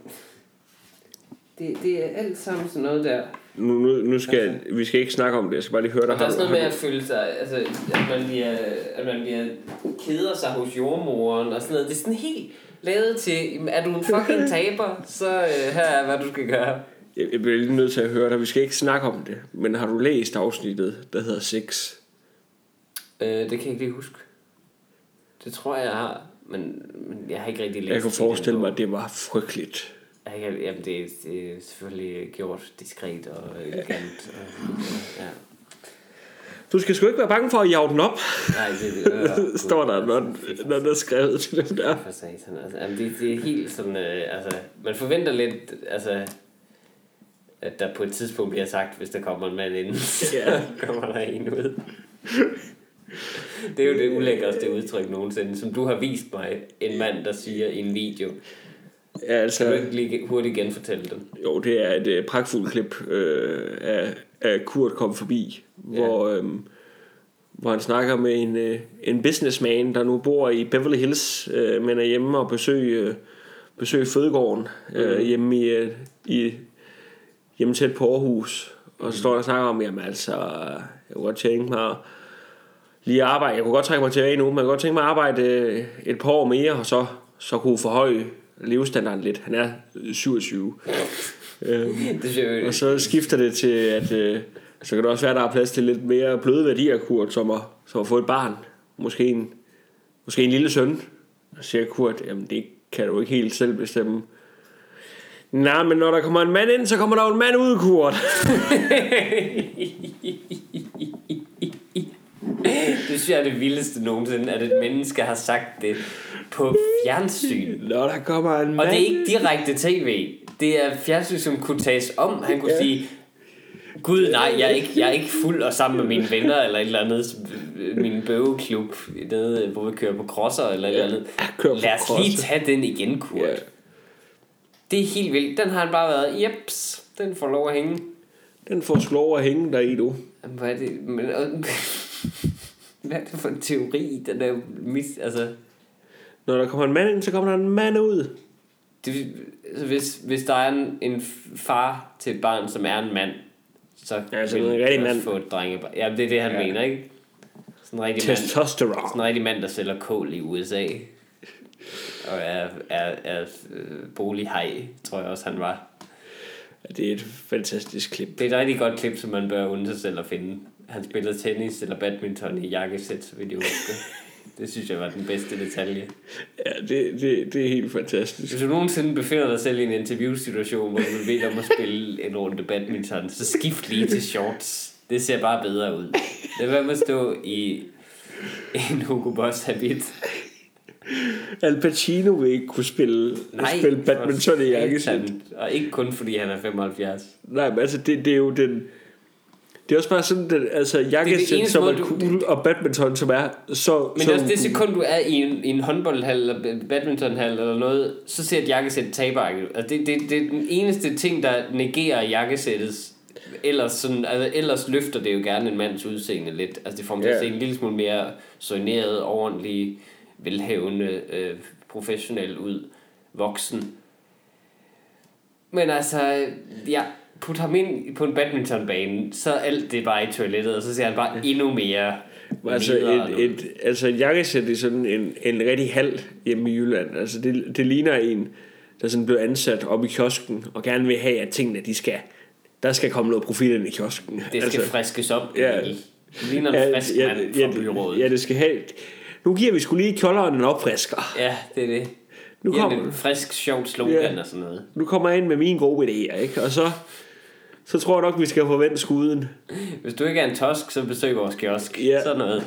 Det, det er alt sammen sådan noget der... Nu, nu, nu skal altså, vi skal ikke snakke om det. Jeg skal bare lige høre dig. Der er sådan noget med at føle sig... Altså, at man bliver, at man bliver keder sig hos jordmoren og sådan noget. Det er sådan helt lavet til... Er du en fucking taber, så uh, her er, hvad du skal gøre. Jeg, jeg bliver lige nødt til at høre dig. Vi skal ikke snakke om det. Men har du læst afsnittet, der hedder sex? Uh, det kan jeg ikke lige huske. Det tror jeg, jeg har. Men, men jeg har ikke rigtig læst. Jeg kunne forestille mig, at det var frygteligt. Ja, jamen det, det er selvfølgelig gjort diskret og elegant. Og, ja. Du skal sgu ikke være bange for at jage den op. Nej, det, det øh, står der, når, når der er skrevet til dem der. For satan, altså, jamen det, det er helt sådan, øh, altså, man forventer lidt, altså, at der på et tidspunkt bliver sagt, hvis der kommer en mand ind, så Ja. kommer der en ud. Det er jo det ulækreste udtryk nogensinde, som du har vist mig, en mand, der siger i en video. Ja, altså, Kan du ikke lige hurtigt genfortælle den? jo, det er et øh, pragtfuldt klip øh, af, af Kurt kom forbi, hvor, øh, hvor han snakker med en, øh, en businessman, der nu bor i Beverly Hills, øh, men er hjemme og besøger øh, besøg fødegården øh, mm. hjemme i, øh, i hjemme tæt på Aarhus. Og så står der og snakker om, jamen altså, jeg kunne godt tænke mig lige arbejde, jeg kunne godt trække mig tilbage nu, men jeg kunne godt tænke mig at arbejde øh, et par år mere, og så, så kunne forhøje levestandarden lidt. Han er syvogtyve. øhm, det og så skifter det til, at øh, så kan det også være, at der er plads til lidt mere bløde værdier, Kurt, som at, som at få et barn. Måske en, måske en lille søn. Og siger Kurt, jamen det kan du ikke helt selv bestemme. Nej, men når der kommer en mand ind, så kommer der jo en mand ud, Kurt. Det synes jeg er det vildeste nogensinde, at et menneske har sagt det på fjernsyn. Når der kommer en mand. Og det er ikke direkte tv. Det er fjernsyn, som kunne tages om. Han kunne ja. sige, gud nej, jeg er, ikke, jeg er ikke fuld og sammen med mine venner, eller et eller andet, min bøgeklub, nede, hvor vi kører på crosser, eller et ja. eller andet. Lad os lige tage den igen, Kurt. Ja. Det er helt vildt. Den har han bare været, jeps, den får lov at hænge. Den får sgu lov at hænge der i, du. Hvad er det? Men, hvad er det for en teori, den der mis... Altså... Når der kommer en mand ind, så kommer der en mand ud. Det, altså hvis, hvis der er en, en far til et barn, som er en mand, så ja, så vil en rigtig mand få et drengebarn. Ja, det er det, han ja. mener, ikke? Sådan en rigtig testosteron. Mand, sådan en rigtig mand, der sælger kål i U S A. Og er, er, er øh, bolighej, tror jeg også, han var. Ja, det er et fantastisk klip. Det er et rigtig godt klip, som man bør undre sig selv at finde. Han spiller tennis eller badminton i jakkesæt, så vidt jeg husker. Det synes jeg var den bedste detalje. Ja, det, det, det er helt fantastisk. Hvis du nogensinde befinder dig selv i en interviewsituation, hvor du vil bede om at spille en runde badminton, så skift lige til shorts. Det ser bare bedre ud. Det er med at stå i en Hugo Boss habit Al Pacino vil ikke kunne spille, Nej, spille badminton i jakkesæt. Og ikke kun fordi han er femoghalvfjerds. Nej, men altså det, det er jo den... Det er også bare sådan, den, altså jakkesæt som er cool, du, og badminton som er så... Men så også det sekund, du er i en, i en håndboldhal eller badmintonhal eller noget, så ser et jakkesæt taberagtigt. Altså det, det, det er den eneste ting, der negerer jakkesættets. Ellers, sådan, altså ellers løfter det jo gerne en mands udseende lidt. Altså det får man til at se en lille smule mere soigneret, ordentlig, velhævende, øh, professionel ud. Voksen. Men altså, ja... Put ham ind på en badmintonbane, så alt det bare i toilettet, og så ser han bare endnu mere. Altså et, et, altså et jakkesæt i sådan en, en rigtig hal hjemme i Jylland. Altså det, det ligner en, der sådan blev ansat op i kiosken, og gerne vil have, at tingene, de skal, der skal komme noget profil ind i kiosken. Det skal altså, friskes op. Ja, det ligner en ja, frisk ja, mand ja, fra byrådet. Ja, det skal have. Nu giver vi sgu lige kjolderen en opfrisker. Ja, det er det. Nu kommer en frisk, sjovt slogan ja, og sådan noget. Nu kommer jeg ind med mine gode idéer, ikke? Og så... Så tror jeg nok, vi skal forvente skuden. Hvis du ikke er en tosk, så besøg vores kiosk. Ja. Sådan noget.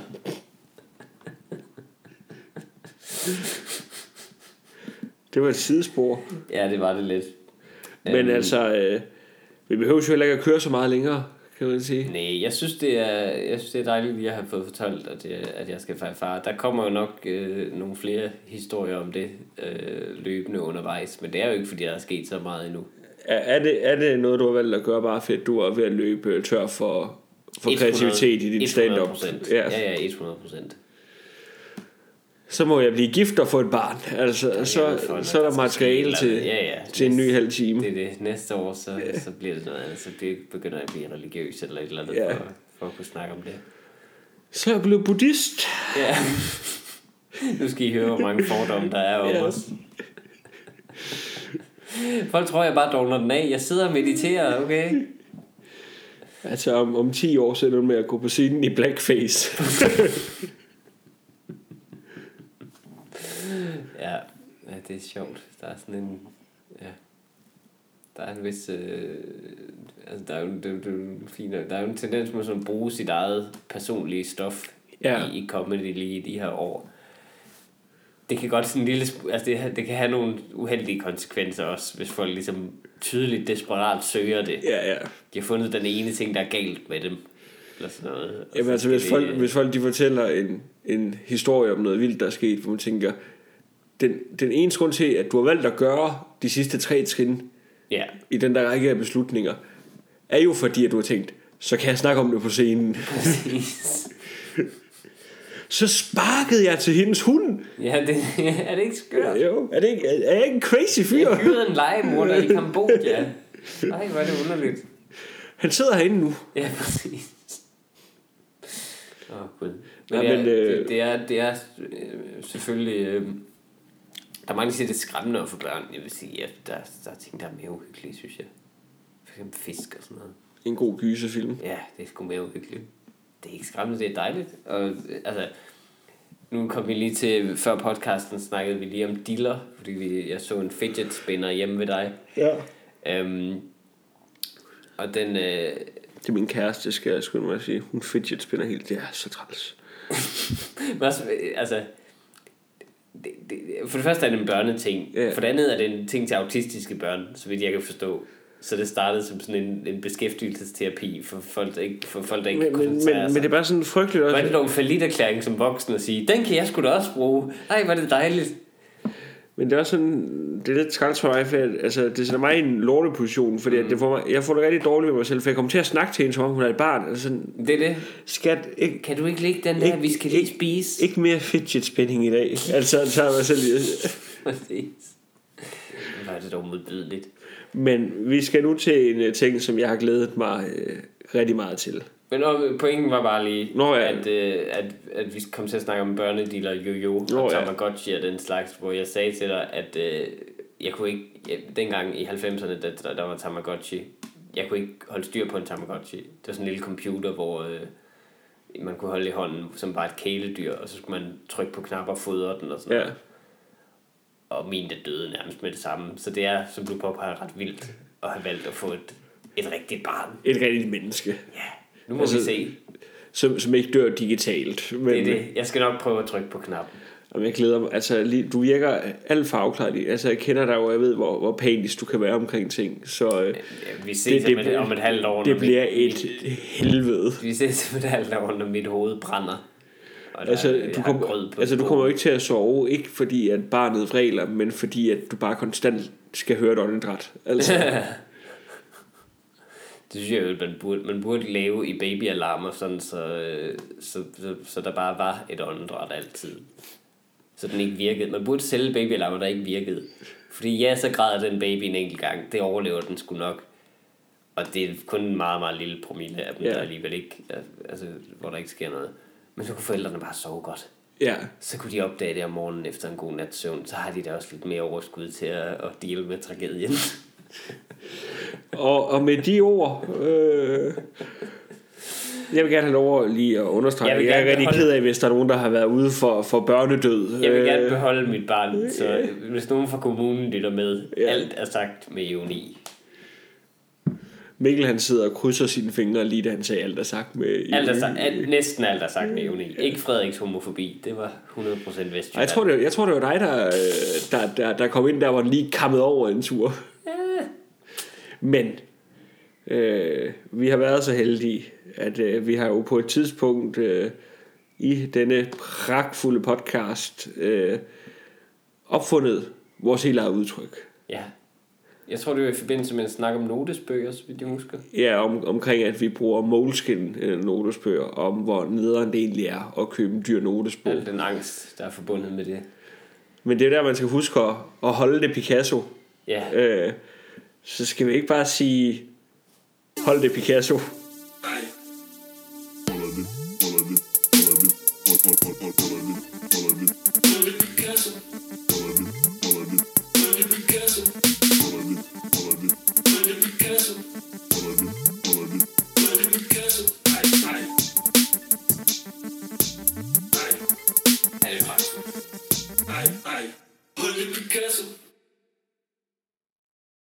Det var et sidespor. Ja, det var det lidt. Men um, altså, øh, vi behøver jo heller ikke at køre så meget længere, kan man sige. Nej, jeg synes, det er, jeg synes, det er dejligt, at jeg har fået fortalt, at jeg, at jeg skal fejre far. Der kommer jo nok øh, nogle flere historier om det øh, løbende undervejs. Men det er jo ikke, fordi der er sket så meget endnu. Er det, er det noget, du har valgt at gøre, bare fedt, du er ved at løbe tør for, for hundrede, kreativitet i din stand-up? Ja, ja, ja, hundrede procent. Så må jeg blive gift og få et barn. Altså, ja, så, så er der materiale til, ja, ja. til en ny halv time. Det er det. Næste år, så, ja. så bliver det noget andet. Så begynder jeg at blive religiøs eller et eller andet, ja. for, for at kunne snakke om det. Så er jeg blevet buddhist. Ja. Nu skal I høre, hvor mange fordomme der er om ja. os. Folk tror, jeg bare dogner den af. Jeg sidder og mediterer, okay? Altså om, om ti år så er det med at gå på scenen i blackface. ja, ja, det er sjovt. Der er sådan en... Ja, der er en vis... Øh, altså, der er jo, det, det, det, fint, der er jo en tendens med sådan at bruge sit eget personlige stof ja. i, i comedy lige i de her år. Det kan godt sådan en lille, altså det, det kan have nogle uheldige konsekvenser også, hvis folk ligesom tydeligt desperat søger det. Ja, ja. De har fundet den ene ting, der er galt med dem. Eller sådan noget. Jamen altså, hvis, det, folk, hvis folk de fortæller en, en historie om noget vildt, der er sket, hvor man tænker, den, den eneste grund til, at du har valgt at gøre de sidste tre trin ja. i den der række af beslutninger, er jo fordi, at du har tænkt, så kan jeg snakke om det på scenen. Præcis. Så sparkede jeg til hendes hund. Ja, det, er det ikke skørt? Jo, er, det ikke, er jeg ikke en crazy fyr? Jeg hyrede en legemorder i Kambodja. Nej, hvor er det underligt. Han sidder herinde nu. Ja, præcis. Åh, oh, gud. Men, ja, men det, er, øh, det, det er, det er øh, selvfølgelig... Øh, der er mange, der siger, det er skræmmende for børn. Jeg vil sige, at der, der er ting, der er mere uhyggelige, synes jeg. For eksempel fisk og sådan noget. En god gyserfilm. Ja, det er sgu mere uhyggeligt. Det er ikke skræmmende, det er dejligt. Og altså, nu kom vi lige til, før podcasten snakkede vi lige om diller, fordi vi, jeg så en fidget spinner hjemme ved dig. Ja. Øhm, og den... Øh, det er min kæreste, skal jeg sgu nok sige. Hun fidget spinner helt, det er så træls. Men også, altså... Det, det, for det første er det en børneting. Yeah. For det andet er det en ting til autistiske børn, så vidt jeg kan forstå. Så det startede som sådan en, en beskæftigelsesterapi for folk, der ikke, for folk, der ikke men, koncentrerer men, sig. men det er bare sådan frygteligt også. Var det dog en falliterklæring som voksen at sige, den kan jeg sgu da også bruge. Ej, var det dejligt. Men det er også sådan, det er lidt træls for mig, for jeg, altså, det sætter mig i en lorteposition, fordi mm. det får mig, jeg får det rigtig dårligt med mig selv, for jeg kommer til at snakke til hende, som om hun er et barn. Altså sådan, det er det. Skat, ikke, kan du ikke lægge den der, vi skal lige ikke, spise? Ikke mere fidget spinning i dag. Altså, tager jeg mig selv i. Præcis. Var det dog modbydeligt. Men vi skal nu til en ting, som jeg har glædet mig øh, rigtig meget til. Men pointen var bare lige, Nå, ja. at, øh, at, at vi kom til at snakke om børnedealer, jojo Nå, og ja. Tamagotchi og den slags, hvor jeg sagde til dig, at øh, jeg kunne ikke, jeg, dengang i halvfemserne, da der, der var Tamagotchi, jeg kunne ikke holde styr på en Tamagotchi. Det var sådan en lille computer, hvor øh, man kunne holde i hånden som bare et kæledyr, og så skulle man trykke på knapper og fodre den og sådan ja. noget. Og min det døde nærmest med det samme. Så det er, som du påpeger, ret vildt at have valgt at få et, et rigtigt barn. Et rigtigt menneske. Ja, nu må altså, vi se. Som, som ikke dør digitalt. Men... Det er det. Jeg skal nok prøve at trykke på knappen. Jamen, jeg glæder mig. Altså, lige, du virker alt for afklaret. Altså, jeg kender dig jo, og jeg ved, hvor, hvor panisk du kan være omkring ting. Så øh, ja, vi ses det, det, om et halvt år. Det bliver mit, et helvede. Vi ses om et halvt år, når mit hoved brænder. Altså, du, kom, altså du kommer jo ikke til at sove, ikke fordi at barnet vræler, men fordi at du bare konstant skal høre et åndedræt. Altså. Det synes jeg jo, man burde, man burde lave i babyalarmer, sådan så, så, så, så der bare var et åndedræt altid. Så den ikke virkede. Man burde sælge babyalarmer, der ikke virkede. Fordi ja, så græder den baby en enkelt gang. Det overlever den sgu nok. Og det er kun en meget, meget lille promille af dem, yeah. der alligevel ikke, altså, hvor der ikke sker noget. Men så kunne forældrene bare sove godt. Ja. Så kunne de opdage det om morgenen efter en god nats søvn. Så har de da også lidt mere overskud til at, at deale med tragedien. og, og med de ord... Øh, jeg vil gerne have lov lige at understrege. Jeg, jeg er rigtig beholde... ked af, hvis der er nogen, der har været ude for, for børnedød. Jeg vil gerne beholde mit barn. Så hvis nogen fra kommunen lytter med, ja. Alt er sagt med ironi. Mikkel han sidder og krydser sine fingre lige da han sagde alt er sagt med ironi. Alt er sagt, alt, næsten alt er sagt med ironi. Ikke Frederiks homofobi. Det var hundrede procent Vestjylland. Jeg tror, det, jeg tror det var dig der, der, der, der kom ind der, hvor den lige kammede over en tur. Ja. Men øh, vi har været så heldige, at øh, vi har jo på et tidspunkt øh, i denne pragtfulde podcast øh, opfundet vores helt eget udtryk. Ja. Jeg tror, det var i forbindelse med en snak om notesbøger, så vidt jeg husker. Ja, om, omkring at vi bruger Moleskine øh, notesbøger, om hvor nederen det egentlig er at købe en dyr notesbog. Al den angst, der er forbundet med det. Men det er der, man skal huske at, at holde det Picasso. Ja. Øh, så skal vi ikke bare sige, hold det Picasso. Nej.